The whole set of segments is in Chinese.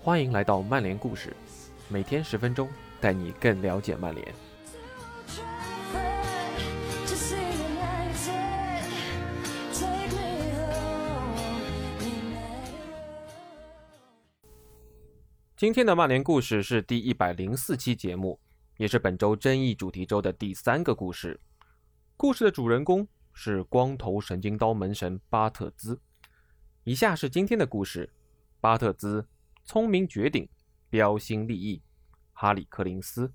欢迎来到曼联故事，每天10分钟，带你更了解曼联。今天的曼联故事是第104期节目，也是本周争议主题周的第3个故事。故事的主人公是光头神经刀门神巴特兹。以下是今天的故事：巴特兹聪明绝顶，标新立异。哈里·柯林斯。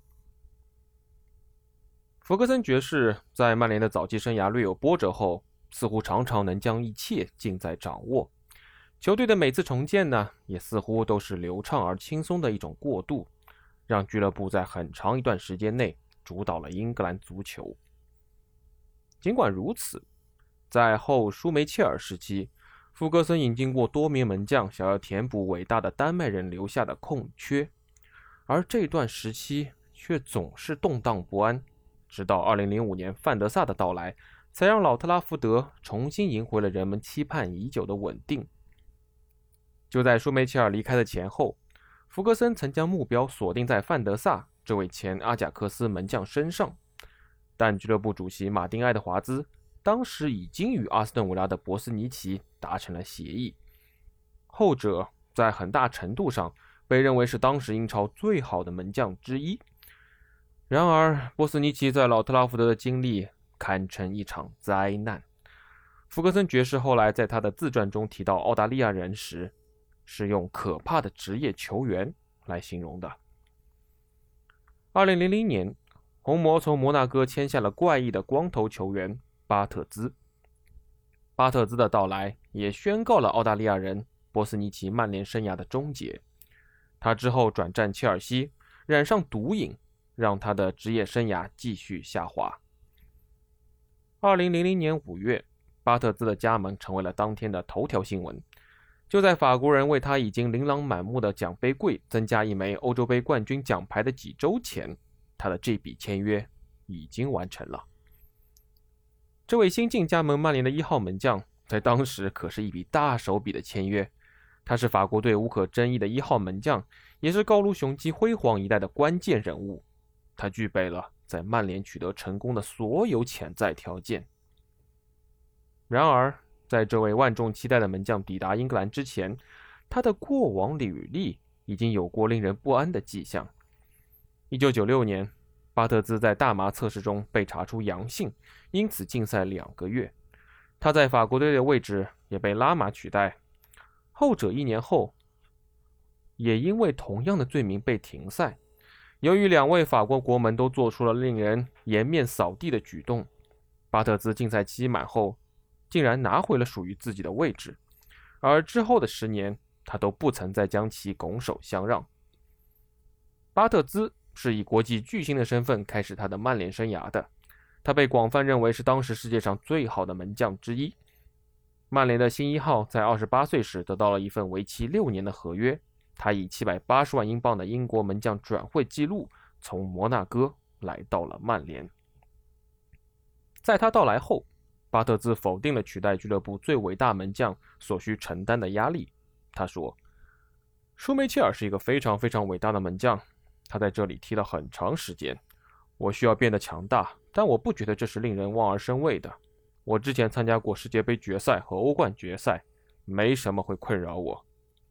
弗格森爵士在曼联的早期生涯略有波折后，似乎常常能将一切尽在掌握。球队的每次重建呢，也似乎都是流畅而轻松的一种过渡，让俱乐部在很长一段时间内主导了英格兰足球。尽管如此，在后舒梅切尔时期，弗格森引进过多名门将，想要填补伟大的丹麦人留下的空缺，而这段时期却总是动荡不安，直到2005年范德萨的到来，才让老特拉福德重新赢回了人们期盼已久的稳定。就在舒梅切尔离开的前后，弗格森曾将目标锁定在范德萨这位前阿贾克斯门将身上，但俱乐部主席马丁·爱德华兹当时已经与阿斯顿维拉的博斯尼奇达成了协议，后者在很大程度上被认为是当时英超最好的门将之一。然而博斯尼奇在老特拉福德的经历堪称一场灾难。弗格森爵士后来在他的自传中提到澳大利亚人时，是用可怕的职业球员来形容的。2000年，红魔从摩纳哥签下了怪异的光头球员巴特兹。巴特兹的到来也宣告了澳大利亚人博斯尼奇曼联生涯的终结。他之后转战切尔西，染上毒瘾，让他的职业生涯继续下滑。2000年5月，巴特兹的加盟成为了当天的头条新闻。就在法国人为他已经琳琅满目的奖杯柜增加一枚欧洲杯冠军奖牌的几周前，他的这笔签约已经完成了。这位新晋加盟曼联的1号门将在当时可是一笔大手笔的签约，他是法国队无可争议的1号门将，也是高卢雄鸡辉煌一代的关键人物。他具备了在曼联取得成功的所有潜在条件。然而在这位万众期待的门将抵达英格兰之前，他的过往履历已经有过令人不安的迹象。1996年，巴特兹在大麻测试中被查出阳性，因此禁赛2个月。他在法国队的位置也被拉马取代，后者1年后也因为同样的罪名被停赛。由于2位法国国门都做出了令人颜面扫地的举动，巴特兹禁赛期满后竟然拿回了属于自己的位置，而之后的10年他都不曾再将其拱手相让。巴特兹是以国际巨星的身份开始他的曼联生涯的，他被广泛认为是当时世界上最好的门将之一。曼联的新1号在28岁时得到了一份为期6年的合约，他以780万英镑的英国门将转会记录从摩纳哥来到了曼联。在他到来后，巴特兹否定了取代俱乐部最伟大门将所需承担的压力。他说，舒梅切尔是一个非常非常伟大的门将，他在这里踢了很长时间，我需要变得强大，但我不觉得这是令人望而生畏的。我之前参加过世界杯决赛和欧冠决赛，没什么会困扰我。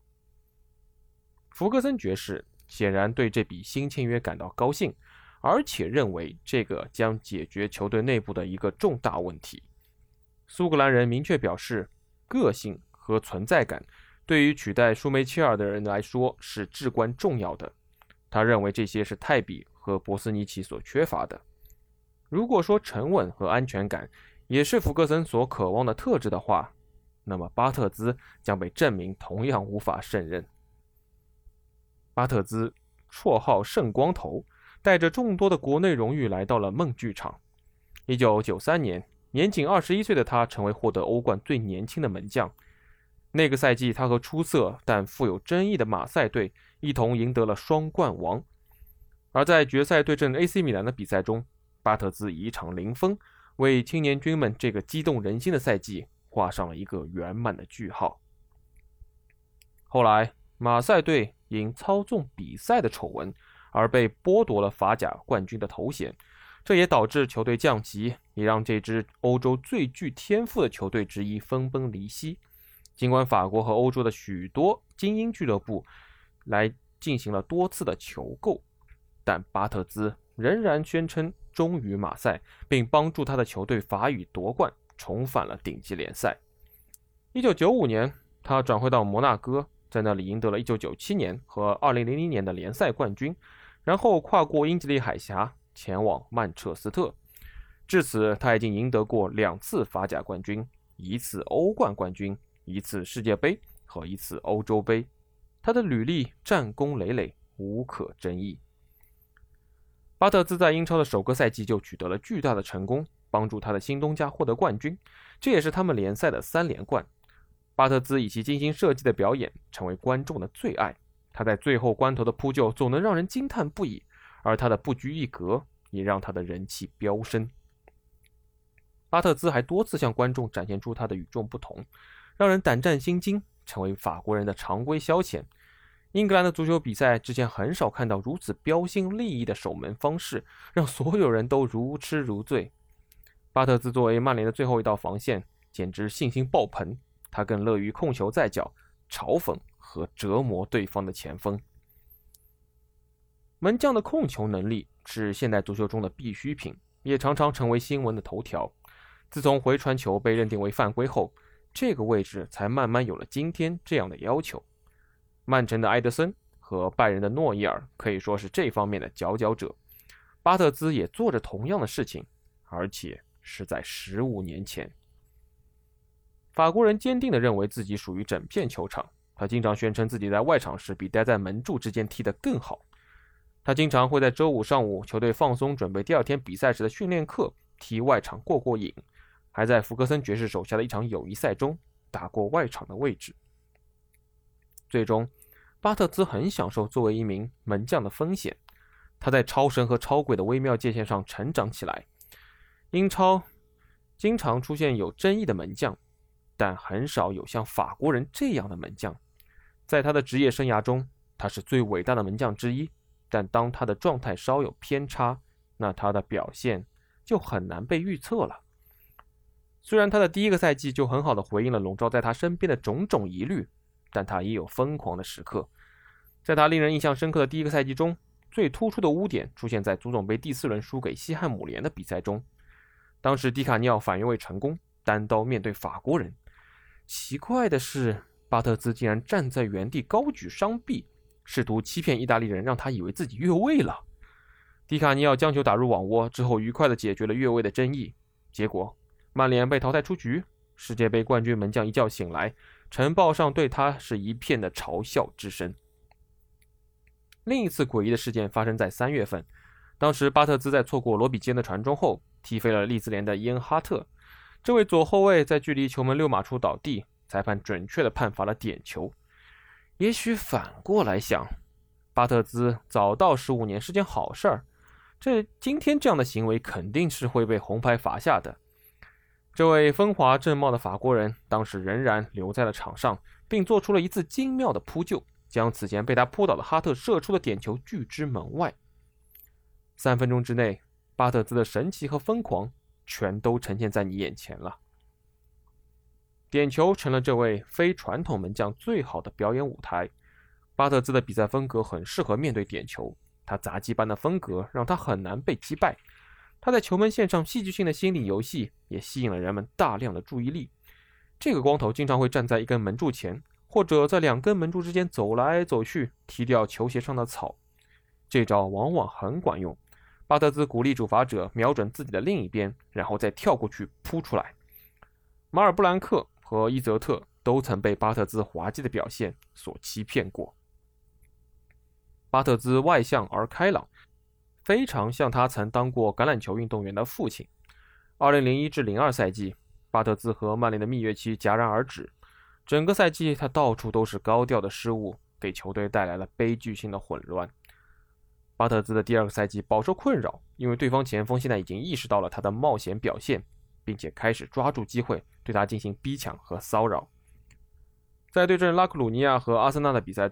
弗格森爵士显然对这笔新签约感到高兴，而且认为这个将解决球队内部的一个重大问题。苏格兰人明确表示，个性和存在感对于取代舒梅切尔的人来说是至关重要的。他认为这些是泰比和博斯尼奇所缺乏的。如果说沉稳和安全感也是弗格森所渴望的特质的话，那么巴特兹将被证明同样无法胜任。巴特兹绰号圣光头，带着众多的国内荣誉来到了梦剧场。1993年，年仅21岁的他成为获得欧冠最年轻的门将。那个赛季，他和出色但富有争议的马赛队一同赢得了双冠王。而在决赛对阵 AC 米兰的比赛中，巴特兹以1场0封，为青年军们这个激动人心的赛季画上了一个圆满的句号。后来，马赛队因操纵比赛的丑闻而被剥夺了法甲冠军的头衔，这也导致球队降级，也让这支欧洲最具天赋的球队之一分崩离析。尽管法国和欧洲的许多精英俱乐部来进行了多次的求购，但巴特兹仍然宣称忠于马赛，并帮助他的球队法语夺冠，重返了顶级联赛。1995年，他转会到摩纳哥，在那里赢得了1997年和2000年的联赛冠军，然后跨过英吉利海峡前往曼彻斯特。至此，他已经赢得过2次法甲冠军、1次欧冠冠军、1次世界杯和1次欧洲杯。他的履历战功累累，无可争议。巴特兹在英超的首个赛季就取得了巨大的成功，帮助他的新东家获得冠军，这也是他们联赛的3连冠。巴特兹以其精心设计的表演成为观众的最爱，他在最后关头的扑救总能让人惊叹不已，而他的不拘一格也让他的人气飙升。巴特兹还多次向观众展现出他的与众不同，让人胆战心惊，成为法国人的常规消遣。英格兰的足球比赛之前很少看到如此标新立异的守门方式，让所有人都如痴如醉。巴特兹作为曼联的最后一道防线，简直信心爆棚，他更乐于控球在脚，嘲讽和折磨对方的前锋。门将的控球能力是现代足球中的必需品，也常常成为新闻的头条。自从回传球被认定为犯规后，这个位置才慢慢有了今天这样的要求。曼城的埃德森和拜仁的诺伊尔可以说是这方面的佼佼者，巴特兹也做着同样的事情，而且是在15年前。法国人坚定地认为自己属于整片球场，他经常宣称自己在外场时比待在门柱之间踢得更好。他经常会在周五上午球队放松准备第2天比赛时的训练课踢外场过瘾，还在福格森爵士手下的一场友谊赛中打过外场的位置。最终，巴特兹很享受作为一名门将的风险，他在超神和超鬼的微妙界限上成长起来。英超经常出现有争议的门将，但很少有像法国人这样的门将。在他的职业生涯中，他是最伟大的门将之一，但当他的状态稍有偏差，那他的表现就很难被预测了。虽然他的第1个赛季就很好的回应了笼罩在他身边的种种疑虑，但他也有疯狂的时刻。在他令人印象深刻的第1个赛季中，最突出的污点出现在足总杯第4轮输给西汉姆联的比赛中。当时迪卡尼奥反越位成功，单刀面对法国人。奇怪的是，巴特兹竟然站在原地高举双臂，试图欺骗意大利人，让他以为自己越位了。迪卡尼奥将球打入网窝之后，愉快地解决了越位的争议。结果，曼联被淘汰出局。世界杯冠军门将一觉醒来，晨报上对他是一片的嘲笑之声。另一次诡异的事件发生在3月份，当时巴特兹在错过罗比基恩的传中后，踢飞了利兹联的伊恩哈特。这位左后卫在距离球门6码处倒地，裁判准确地判罚了点球。也许反过来想，巴特兹早到15年是件好事儿，今天这样的行为肯定是会被红牌罚下的。这位风华正茂的法国人当时仍然留在了场上，并做出了一次精妙的扑救，将此前被他扑倒的哈特射出的点球拒之门外。3分钟之内，巴特兹的神奇和疯狂全都呈现在你眼前了。点球成了这位非传统门将最好的表演舞台。巴特兹的比赛风格很适合面对点球，他杂技般的风格让他很难被击败。他在球门线上戏剧性的心理游戏也吸引了人们大量的注意力。这个光头经常会站在一根门柱前，或者在2根门柱之间走来走去，踢掉球鞋上的草。这招往往很管用。巴特兹鼓励主罚者瞄准自己的另一边，然后再跳过去扑出来。马尔布兰克和伊泽特都曾被巴特兹滑稽的表现所欺骗过。巴特兹外向而开朗，非常像他曾当过橄榄球运动员的父亲。2001至02赛季，巴特兹和曼联的蜜月期戛然而止。整个赛季他到处都是高调的失误，给球队带来了悲剧性的混乱。巴特兹的第2个赛季饱受困扰，因为对方前锋现在已经意识到了他的冒险表现，并且开始抓住机会对他进行逼抢和骚扰。在对阵拉克鲁尼亚和阿森纳的比赛中，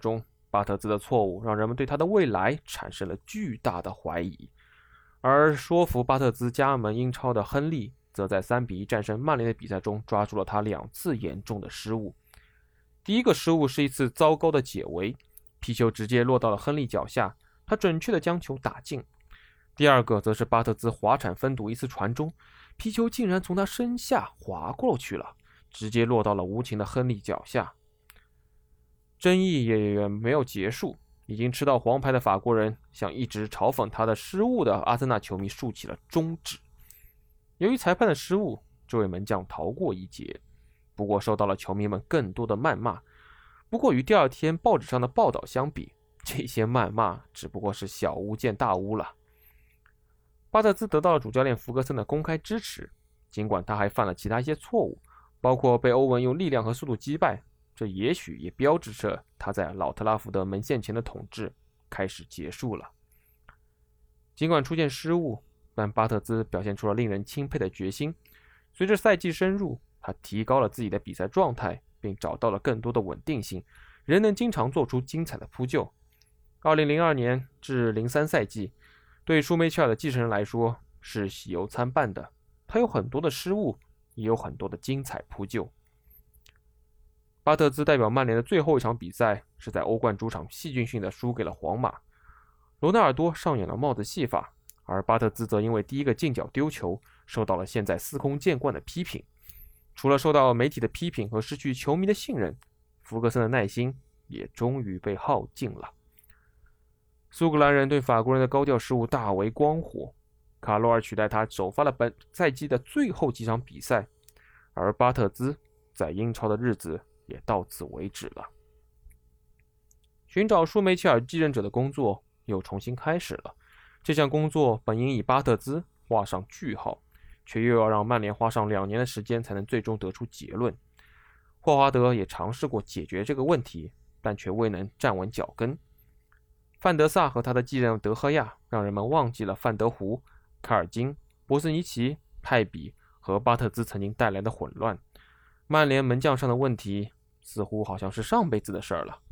巴特兹的错误让人们对他的未来产生了巨大的怀疑，而说服巴特兹加盟英超的亨利，则在3-1战胜曼联的比赛中抓住了他2次严重的失误。第一个失误是一次糟糕的解围，皮球直接落到了亨利脚下，他准确地将球打进。第二个则是巴特兹滑铲封堵一次传中，皮球竟然从他身下滑过去了，直接落到了无情的亨利脚下。争议也远没有结束，已经吃到黄牌的法国人向一直嘲讽他的失误的阿森纳球迷竖起了中指。由于裁判的失误，这位门将逃过一劫，不过受到了球迷们更多的谩骂。不过与第二天报纸上的报道相比，这些谩骂只不过是小巫见大巫了。巴特兹得到了主教练福格森的公开支持，尽管他还犯了其他一些错误，包括被欧文用力量和速度击败，这也许也标志着他在老特拉福德门线前的统治开始结束了。尽管出现失误，但巴特兹表现出了令人钦佩的决心。随着赛季深入，他提高了自己的比赛状态，并找到了更多的稳定性，仍能经常做出精彩的扑救。2002年至03赛季，对舒梅切尔的继承人来说是喜忧参半的，他有很多的失误，也有很多的精彩扑救。巴特兹代表曼联的最后一场比赛是在欧冠主场戏剧性地输给了皇马，罗纳尔多上演了帽子戏法，而巴特兹则因为第一个近角丢球受到了现在司空见惯的批评。除了受到媒体的批评和失去球迷的信任，福格森的耐心也终于被耗尽了。苏格兰人对法国人的高调失误大为光火，卡罗尔取代他首发了本赛季的最后几场比赛，而巴特兹在英超的日子也到此为止了。寻找舒梅切尔继任者的工作又重新开始了，这项工作本应以巴特兹画上句号，却又要让曼联花上2年的时间才能最终得出结论。霍华德也尝试过解决这个问题，但却未能站稳脚跟。范德萨和他的继任德赫亚让人们忘记了范德胡、卡尔金、博斯尼奇、泰比和巴特兹曾经带来的混乱。曼联门将上的问题似乎好像是上辈子的事儿了。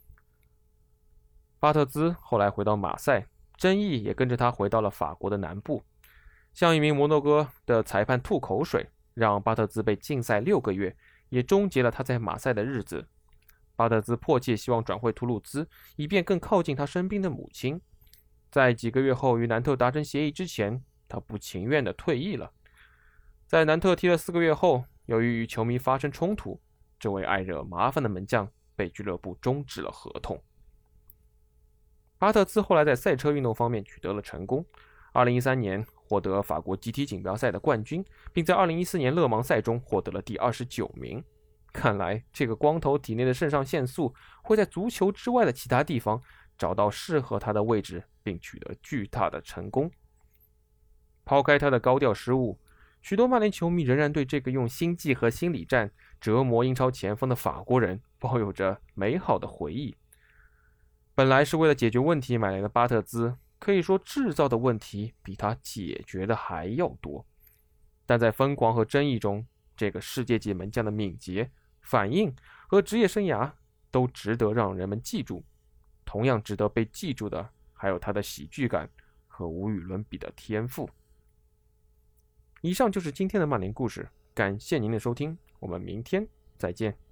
巴特兹后来回到马赛，争议也跟着他回到了法国的南部。像一名摩洛哥的裁判吐口水，让巴特兹被禁赛6个月，也终结了他在马赛的日子。巴特兹迫切希望转会图鲁兹，以便更靠近他生病的母亲。在几个月后与南特达成协议之前，他不情愿地退役了。在南特踢了4个月后，由于与球迷发生冲突，这位爱惹麻烦的门将被俱乐部终止了合同。巴特兹后来在赛车运动方面取得了成功，2013年获得法国集体锦标赛的冠军，并在2014年勒芒赛中获得了第29名。看来这个光头体内的肾上腺素会在足球之外的其他地方找到适合他的位置，并取得巨大的成功。抛开他的高调失误，许多曼联球迷仍然对这个用心计和心理战折磨英超前锋的法国人抱有着美好的回忆。本来是为了解决问题买来的巴特兹，可以说制造的问题比他解决的还要多。但在疯狂和争议中，这个世界级门将的敏捷、反应和职业生涯都值得让人们记住。同样值得被记住的还有他的喜剧感和无与伦比的天赋。以上就是今天的曼联故事，感谢您的收听，我们明天再见。